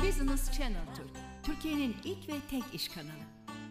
Business Channel Türk, Türkiye'nin ilk ve tek iş kanalı.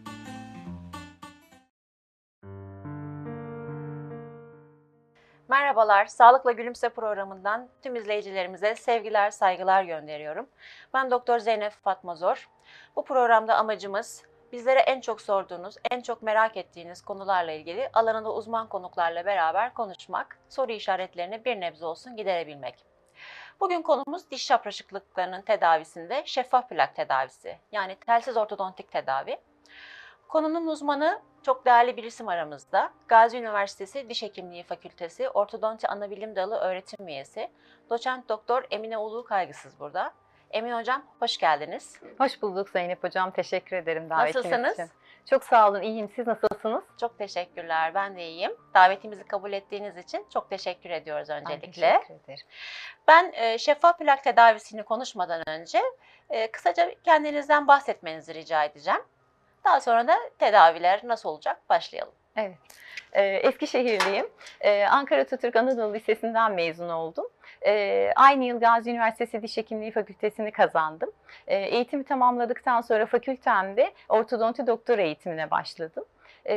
Merhabalar, Sağlıkla Gülümse programından tüm izleyicilerimize sevgiler, saygılar gönderiyorum. Ben Doktor Zeynep Fatma Zor. Bu programda amacımız bizlere en çok sorduğunuz, en çok merak ettiğiniz konularla ilgili alanında uzman konuklarla beraber konuşmak, soru işaretlerini bir nebze olsun giderebilmek. Bugün konumuz diş çapraşıklıklarının tedavisinde şeffaf plak tedavisi, yani telsiz ortodontik tedavi. Konunun uzmanı çok değerli bir isim aramızda. Gazi Üniversitesi Diş Hekimliği Fakültesi Ortodonti Anabilim Dalı öğretim üyesi Doçent Doktor Emine Ulu Kaygısız burada. Emine Hocam hoş geldiniz. Hoş bulduk Zeynep Hocam. Teşekkür ederim davetiniz için. Nasılsınız? Çok sağ olun. İyiyim. Siz nasılsınız? Çok teşekkürler. Ben de iyiyim. Davetimizi kabul ettiğiniz için çok teşekkür ediyoruz öncelikle. Ben teşekkür ederim. Ben şeffaf plak tedavisini konuşmadan önce kısaca kendinizden bahsetmenizi rica edeceğim. Daha sonra da tedaviler nasıl olacak başlayalım. Evet. Eskişehirliyim. Ankara Atatürk Anadolu Lisesi'nden mezun oldum. Aynı yıl Gazi Üniversitesi Diş Hekimliği Fakültesini kazandım. Eğitimi tamamladıktan sonra fakültemde ortodonti doktora eğitimine başladım.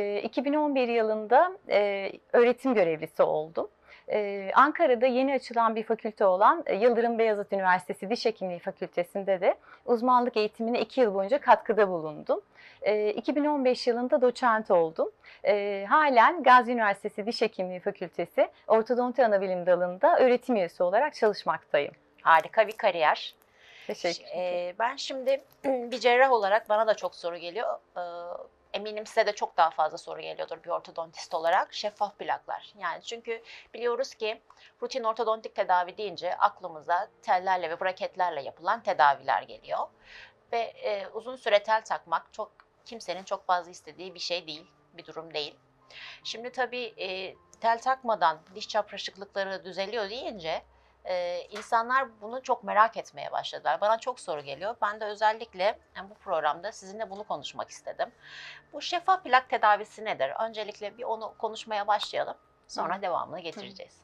2011 yılında öğretim görevlisi oldum. Ankara'da yeni açılan bir fakülte olan Yıldırım Beyazıt Üniversitesi Diş Hekimliği Fakültesi'nde de uzmanlık eğitimine 2 yıl boyunca katkıda bulundum. 2015 yılında doçent oldum. Halen Gazi Üniversitesi Diş Hekimliği Fakültesi Ortodonti Anabilim Dalı'nda öğretim üyesi olarak çalışmaktayım. Harika bir kariyer. Teşekkür ederim. Ben şimdi bir cerrah olarak bana da çok soru geliyor. Eminim size de çok daha fazla soru geliyordur bir ortodontist olarak. Şeffaf plaklar. Yani çünkü biliyoruz ki rutin ortodontik tedavi deyince aklımıza tellerle ve braketlerle yapılan tedaviler geliyor. Ve uzun süre tel takmak kimsenin çok fazla istediği bir şey değil, bir durum değil. Şimdi tabii tel takmadan diş çapraşıklıkları düzeliyor deyince insanlar bunu çok merak etmeye başladılar. Bana çok soru geliyor. Ben de özellikle bu programda sizinle bunu konuşmak istedim. Bu şeffaf plak tedavisi nedir? Öncelikle bir onu konuşmaya başlayalım. Sonra devamını getireceğiz.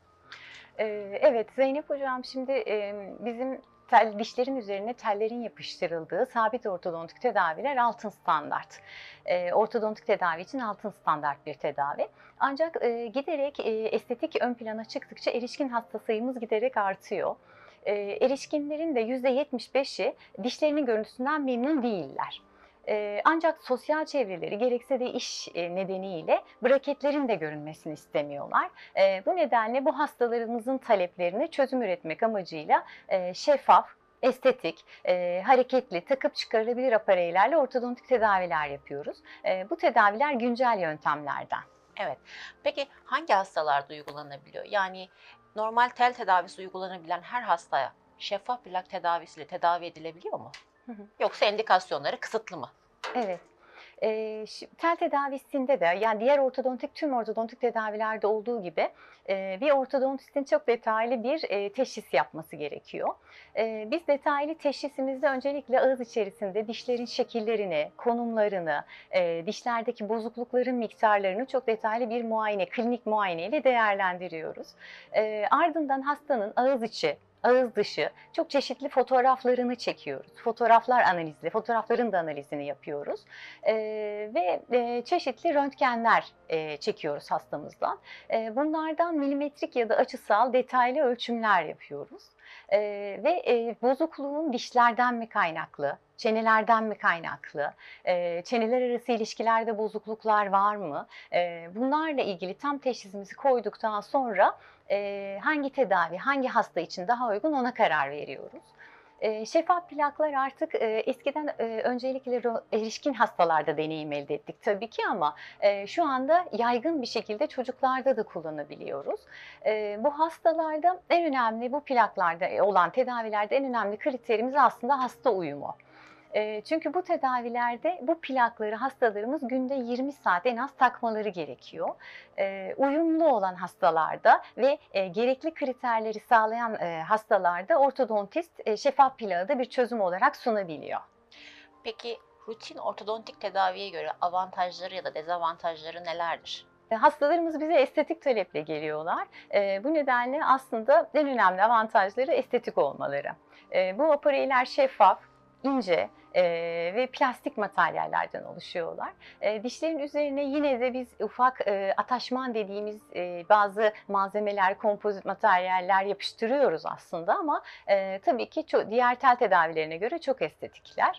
Evet Zeynep Hocam, şimdi bizim dişlerin üzerine tellerin yapıştırıldığı sabit ortodontik tedaviler altın standart. Ortodontik tedavi için altın standart bir tedavi. Ancak giderek estetik ön plana çıktıkça erişkin hasta sayımız giderek artıyor. Erişkinlerin de %75'i dişlerinin görüntüsünden memnun değiller. Ancak sosyal çevreleri gerekse de iş nedeniyle braketlerin de görünmesini istemiyorlar. Bu nedenle bu hastalarımızın taleplerine çözüm üretmek amacıyla şeffaf, estetik, hareketli, takıp çıkarılabilir apareylerle ortodontik tedaviler yapıyoruz. Bu tedaviler güncel yöntemlerden. Evet. Peki hangi hastalarda uygulanabiliyor? Yani normal tel tedavisi uygulanabilen her hastaya şeffaf plak tedavisiyle tedavi edilebiliyor mu? Yoksa indikasyonları kısıtlı mı? Evet. Tel tedavisinde de, yani diğer tüm ortodontik tedavilerde olduğu gibi bir ortodontistin çok detaylı bir teşhis yapması gerekiyor. Biz detaylı teşhisimizde öncelikle ağız içerisinde dişlerin şekillerini, konumlarını, dişlerdeki bozuklukların miktarlarını çok detaylı bir klinik muayene ile değerlendiriyoruz. Ardından hastanın ağız içi, ağız dışı çok çeşitli fotoğraflarını çekiyoruz. Fotoğrafların da analizini yapıyoruz. Ve çeşitli röntgenler çekiyoruz hastamızdan. Bunlardan milimetrik ya da açısal detaylı ölçümler yapıyoruz. Ve bozukluğun dişlerden mi kaynaklı, çenelerden mi kaynaklı, çeneler arası ilişkilerde bozukluklar var mı? Bunlarla ilgili tam teşhisimizi koyduktan sonra hangi tedavi, hangi hasta için daha uygun ona karar veriyoruz. Şeffaf plaklar artık eskiden öncelikle erişkin hastalarda deneyim elde ettik tabii ki, ama şu anda yaygın bir şekilde çocuklarda da kullanabiliyoruz. Bu hastalarda en önemli, bu plaklarda olan tedavilerde en önemli kriterimiz aslında hasta uyumu. Çünkü bu tedavilerde bu plakları hastalarımız günde 20 saat en az takmaları gerekiyor. Uyumlu olan hastalarda ve gerekli kriterleri sağlayan hastalarda ortodontist şeffaf plağı da bir çözüm olarak sunabiliyor. Peki rutin ortodontik tedaviye göre avantajları ya da dezavantajları nelerdir? Hastalarımız bize estetik taleple geliyorlar. Bu nedenle aslında en önemli avantajları estetik olmaları. Bu apareyler şeffaf, ince ve plastik materyallerden oluşuyorlar. Dişlerin üzerine yine de biz ufak ataşman dediğimiz bazı malzemeler, kompozit materyaller yapıştırıyoruz aslında ama tabii ki diğer tel tedavilerine göre çok estetikler.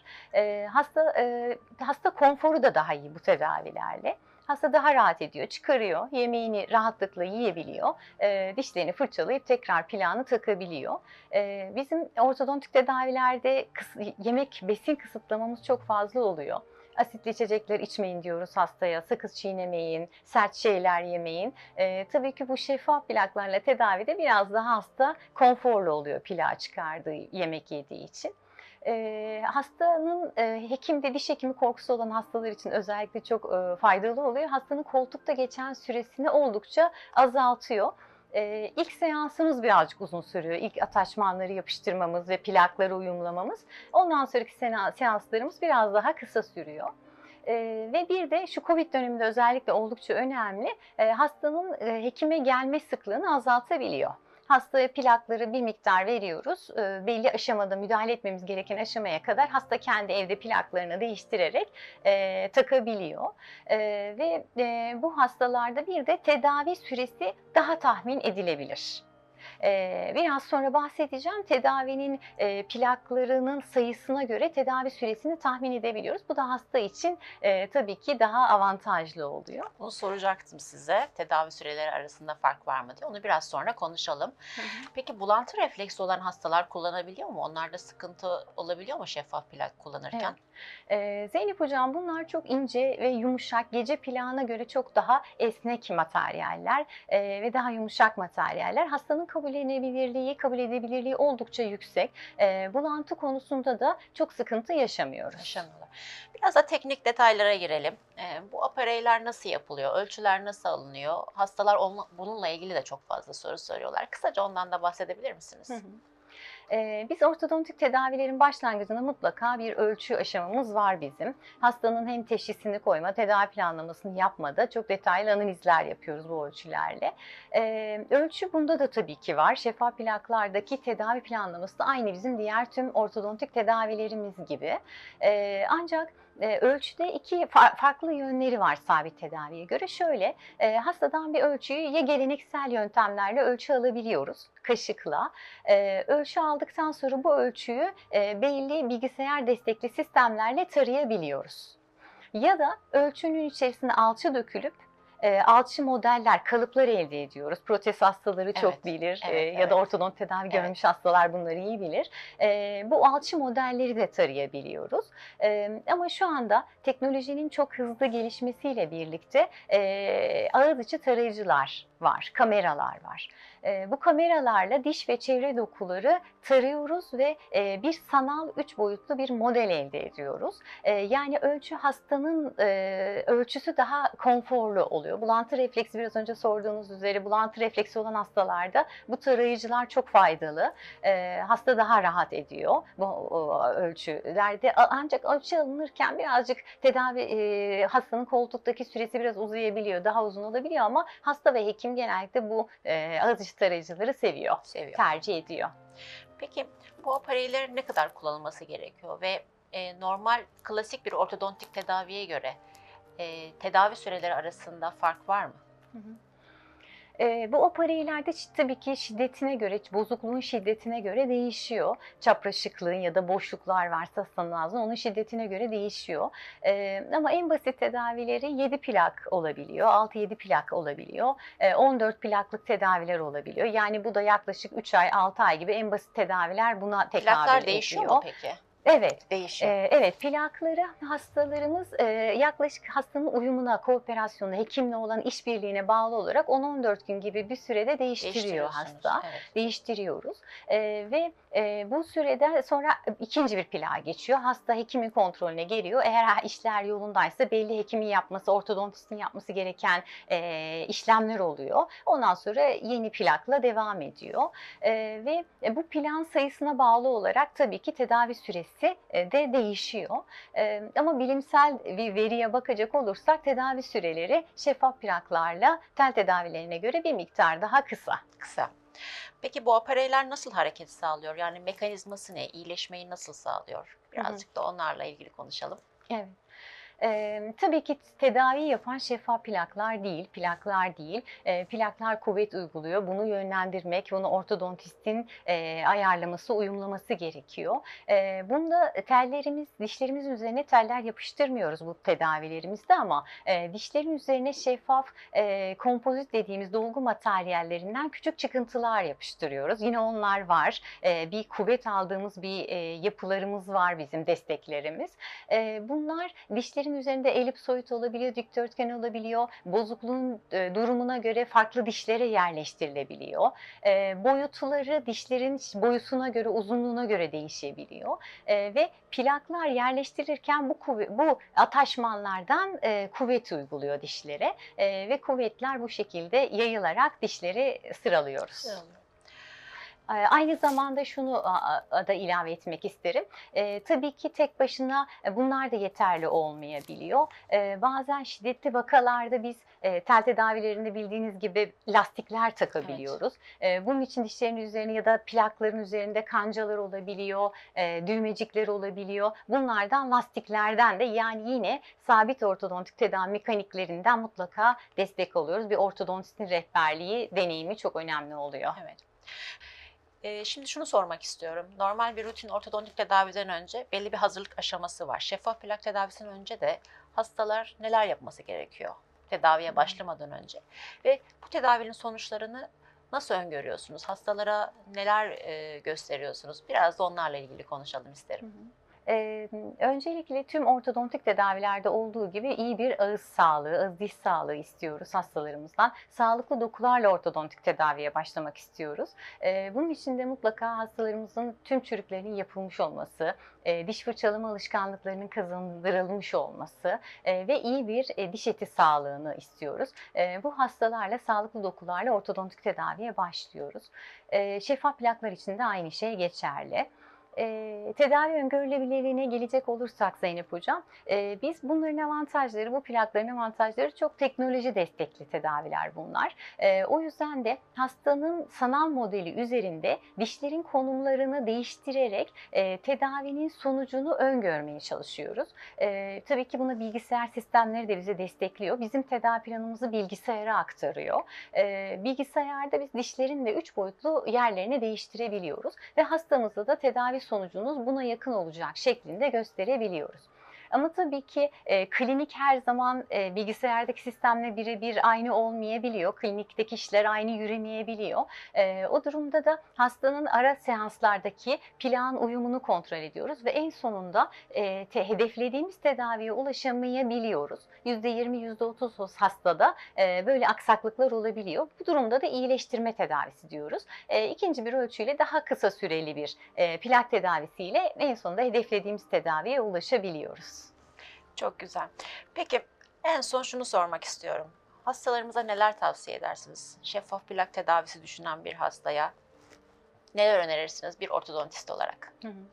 Hasta konforu da daha iyi bu tedavilerle. Hasta daha rahat ediyor, çıkarıyor, yemeğini rahatlıkla yiyebiliyor, dişlerini fırçalayıp tekrar plağını takabiliyor. Bizim ortodontik tedavilerde yemek, besin kısıtlamamız çok fazla oluyor. Asitli içecekler içmeyin diyoruz hastaya, sakız çiğnemeyin, sert şeyler yemeyin. Tabii ki bu şeffaf plaklarla tedavide biraz daha hasta konforlu oluyor plağı çıkardığı, yemek yediği için. Hastanın hekimde diş hekimi korkusu olan hastalar için özellikle çok faydalı oluyor. Hastanın koltukta geçen süresini oldukça azaltıyor. İlk seansımız birazcık uzun sürüyor. İlk ataşmanları yapıştırmamız ve plakları uyumlamamız. Ondan sonraki seanslarımız biraz daha kısa sürüyor. Ve bir de şu Covid döneminde özellikle oldukça önemli, hastanın hekime gelme sıklığını azaltabiliyor. Hastaya plakları bir miktar veriyoruz. Belli aşamada müdahale etmemiz gereken aşamaya kadar hasta kendi evde plaklarını değiştirerek takabiliyor. Ve bu hastalarda bir de tedavi süresi daha tahmin edilebilir. Biraz sonra bahsedeceğim. Tedavinin plaklarının sayısına göre tedavi süresini tahmin edebiliyoruz. Bu da hasta için tabii ki daha avantajlı oluyor. Bunu soracaktım size. Tedavi süreleri arasında fark var mı diye. Onu biraz sonra konuşalım. Peki bulantı refleksi olan hastalar kullanabiliyor mu? Onlarda sıkıntı olabiliyor mu şeffaf plak kullanırken? Evet. Zeynep Hocam, bunlar çok ince ve yumuşak, gece plağına göre çok daha esnek materyaller ve daha yumuşak materyaller. Hastanın kabul edebilirliği oldukça yüksek. Bulantı konusunda da çok sıkıntı yaşamıyoruz. Yaşamıyorlar. Biraz da teknik detaylara girelim. Bu apareyler nasıl yapılıyor? Ölçüler nasıl alınıyor? Hastalar bununla ilgili de çok fazla soru soruyorlar. Kısaca ondan da bahsedebilir misiniz? Biz ortodontik tedavilerin başlangıcında mutlaka bir ölçü aşamamız var bizim. Hastanın hem teşhisini koyma, tedavi planlamasını yapmada çok detaylı analizler yapıyoruz bu ölçülerle. Ölçü bunda da tabii ki var. Şeffaf plaklardaki tedavi planlaması da aynı bizim diğer tüm ortodontik tedavilerimiz gibi. Ancak ölçüde iki farklı yönleri var sabit tedaviye göre. Şöyle, hastadan bir ölçüyü ya geleneksel yöntemlerle ölçü alabiliyoruz, kaşıkla. Ölçü aldıktan sonra bu ölçüyü belli bilgisayar destekli sistemlerle tarayabiliyoruz. Ya da ölçünün içerisine alçı dökülüp alçı modeller, kalıplar elde ediyoruz. Protez hastaları çok bilir ya da ortodont tedavi görmüş hastalar bunları iyi bilir. Bu alçı modelleri de tarayabiliyoruz. Ama şu anda teknolojinin çok hızlı gelişmesiyle birlikte ağız içi tarayıcılar var, kameralar var. Bu kameralarla diş ve çevre dokuları tarıyoruz ve bir sanal 3 boyutlu bir model elde ediyoruz. Yani hastanın ölçüsü daha konforlu oluyor. Bulantı refleksi, biraz önce sorduğunuz üzere, bulantı refleksi olan hastalarda bu tarayıcılar çok faydalı. Hasta daha rahat ediyor bu ölçülerde. Ancak ölçü alınırken birazcık hastanın koltuktaki süresi biraz uzayabiliyor, daha uzun olabiliyor ama hasta ve hekim genellikle bu ağız içi tarayıcıları seviyor, tercih ediyor. Peki bu apareylerin ne kadar kullanılması gerekiyor ve normal klasik bir ortodontik tedaviye göre tedavi süreleri arasında fark var mı? Bu apareylerde tabii ki şiddetine göre, bozukluğun şiddetine göre değişiyor. Çapraşıklığın ya da boşluklar varsa hastanın ağzında onun şiddetine göre değişiyor. Ama en basit tedavileri 7 plak olabiliyor, 6-7 plak olabiliyor, 14 plaklık tedaviler olabiliyor. Yani bu da yaklaşık 3 ay, 6 ay gibi en basit tedaviler buna tekabül ediyor. Plaklar değişiyor mu peki? Evet. Değişiyor. Evet, plakları hastalarımız yaklaşık hastanın uyumuna, kooperasyonuna, hekimle olan işbirliğine bağlı olarak 10-14 gün gibi bir sürede değiştiriyor hasta. Evet. Değiştiriyoruz. Ve bu sürede sonra ikinci bir plağa geçiyor. Hasta hekimin kontrolüne geliyor. Eğer işler yolundaysa belli hekimin yapması, ortodontistin yapması gereken işlemler oluyor. Ondan sonra yeni plakla devam ediyor. Ve bu plan sayısına bağlı olarak tabii ki tedavi süresi de değişiyor. Ama bilimsel bir veriye bakacak olursak tedavi süreleri şeffaf plaklarla tel tedavilerine göre bir miktar daha kısa. Kısa. Peki bu apareyler nasıl hareket sağlıyor? Yani mekanizması ne? İyileşmeyi nasıl sağlıyor? Birazcık da onlarla ilgili konuşalım. Evet. Tabii ki tedavi yapan şeffaf plaklar değil, plaklar değil. Plaklar kuvvet uyguluyor. Bunu yönlendirmek, bunu ortodontistin ayarlaması, uyumlaması gerekiyor. Bunda dişlerimizin üzerine teller yapıştırmıyoruz bu tedavilerimizde ama dişlerin üzerine şeffaf kompozit dediğimiz dolgu materyallerinden küçük çıkıntılar yapıştırıyoruz. Yine onlar var. Bir kuvvet aldığımız bir yapılarımız var bizim, desteklerimiz. Bunlar dişlerin üzerinde elipsoid olabiliyor, dikdörtgen olabiliyor. Bozukluğun durumuna göre farklı dişlere yerleştirilebiliyor. Boyutları dişlerin boyutuna göre, uzunluğuna göre değişebiliyor. Ve plaklar yerleştirirken bu ataşmanlardan kuvvet uyguluyor dişlere. Ve kuvvetler bu şekilde yayılarak dişleri sıralıyoruz. Aynı zamanda şunu da ilave etmek isterim. Tabii ki tek başına bunlar da yeterli olmayabiliyor. Bazen şiddetli vakalarda biz tel tedavilerinde bildiğiniz gibi lastikler takabiliyoruz. Bunun için dişlerin üzerine ya da plakların üzerinde kancalar olabiliyor, düğmecikler olabiliyor. Bunlardan, lastiklerden de, yani yine sabit ortodontik tedavi mekaniklerinden mutlaka destek alıyoruz. Bir ortodontistin rehberliği, deneyimi çok önemli oluyor. Evet. Şimdi şunu sormak istiyorum. Normal bir rutin ortodontik tedaviden önce belli bir hazırlık aşaması var. Şeffaf plak tedavisinden önce de hastalar neler yapması gerekiyor tedaviye başlamadan önce? Ve bu tedavinin sonuçlarını nasıl öngörüyorsunuz? Hastalara neler gösteriyorsunuz? Biraz da onlarla ilgili konuşalım isterim. Öncelikle tüm ortodontik tedavilerde olduğu gibi iyi bir ağız sağlığı, ağız diş sağlığı istiyoruz hastalarımızdan. Sağlıklı dokularla ortodontik tedaviye başlamak istiyoruz. Bunun için de mutlaka hastalarımızın tüm çürüklerinin yapılmış olması, diş fırçalama alışkanlıklarının kazandırılmış olması ve iyi bir diş eti sağlığını istiyoruz. Bu hastalarla, sağlıklı dokularla ortodontik tedaviye başlıyoruz. Şeffaf plaklar için de aynı şey geçerli. Tedavi öngörülebilirliğine gelecek olursak Zeynep Hocam, biz bunların avantajları, bu plakların avantajları çok teknoloji destekli tedaviler bunlar. O yüzden de hastanın sanal modeli üzerinde dişlerin konumlarını değiştirerek tedavinin sonucunu öngörmeye çalışıyoruz. Tabii ki buna bilgisayar sistemleri de bize destekliyor. Bizim tedavi planımızı bilgisayara aktarıyor. Bilgisayarda biz dişlerin de 3 boyutlu yerlerini değiştirebiliyoruz ve hastamızda da tedavi sonucunuz buna yakın olacak şeklinde gösterebiliyoruz. Ama tabii ki klinik her zaman bilgisayardaki sistemle birebir aynı olmayabiliyor. Klinikteki işler aynı yürümeyebiliyor. O durumda da hastanın ara seanslardaki plan uyumunu kontrol ediyoruz ve en sonunda hedeflediğimiz tedaviye ulaşamayabiliyoruz. %20, %30 hastada böyle aksaklıklar olabiliyor. Bu durumda da iyileştirme tedavisi diyoruz. İkinci bir ölçüyle daha kısa süreli bir plak tedavisiyle en sonunda hedeflediğimiz tedaviye ulaşabiliyoruz. Çok güzel. Peki en son şunu sormak istiyorum. Hastalarımıza neler tavsiye edersiniz? Şeffaf plak tedavisi düşünen bir hastaya neler önerirsiniz bir ortodontist olarak?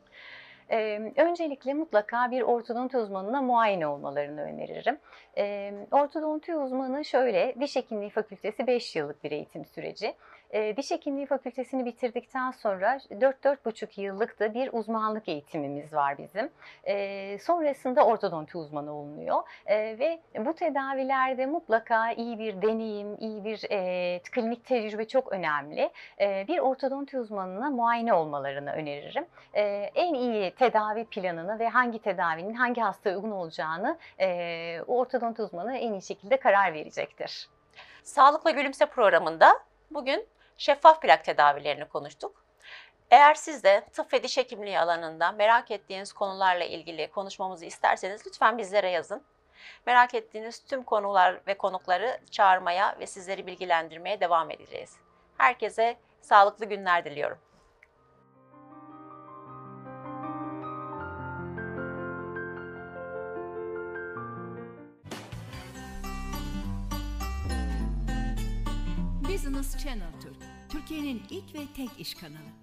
Öncelikle mutlaka bir ortodonti uzmanına muayene olmalarını öneririm. Ortodonti uzmanı şöyle, diş hekimliği fakültesi 5 yıllık bir eğitim süreci. Diş hekimliği fakültesini bitirdikten sonra 4-4,5 yıllık da bir uzmanlık eğitimimiz var bizim. Sonrasında ortodonti uzmanı olunuyor. Ve bu tedavilerde mutlaka iyi bir deneyim, iyi bir klinik tecrübe çok önemli. Bir ortodonti uzmanına muayene olmalarını öneririm. En iyi tedavi planını ve hangi tedavinin hangi hastaya uygun olacağını o ortodonti uzmanı en iyi şekilde karar verecektir. Sağlıkla Gülümse programında bugün şeffaf plak tedavilerini konuştuk. Eğer siz de tıp ve diş hekimliği alanında merak ettiğiniz konularla ilgili konuşmamızı isterseniz lütfen bizlere yazın. Merak ettiğiniz tüm konular ve konukları çağırmaya ve sizleri bilgilendirmeye devam edeceğiz. Herkese sağlıklı günler diliyorum. Business Channel Türk, Türkiye'nin ilk ve tek iş kanalı.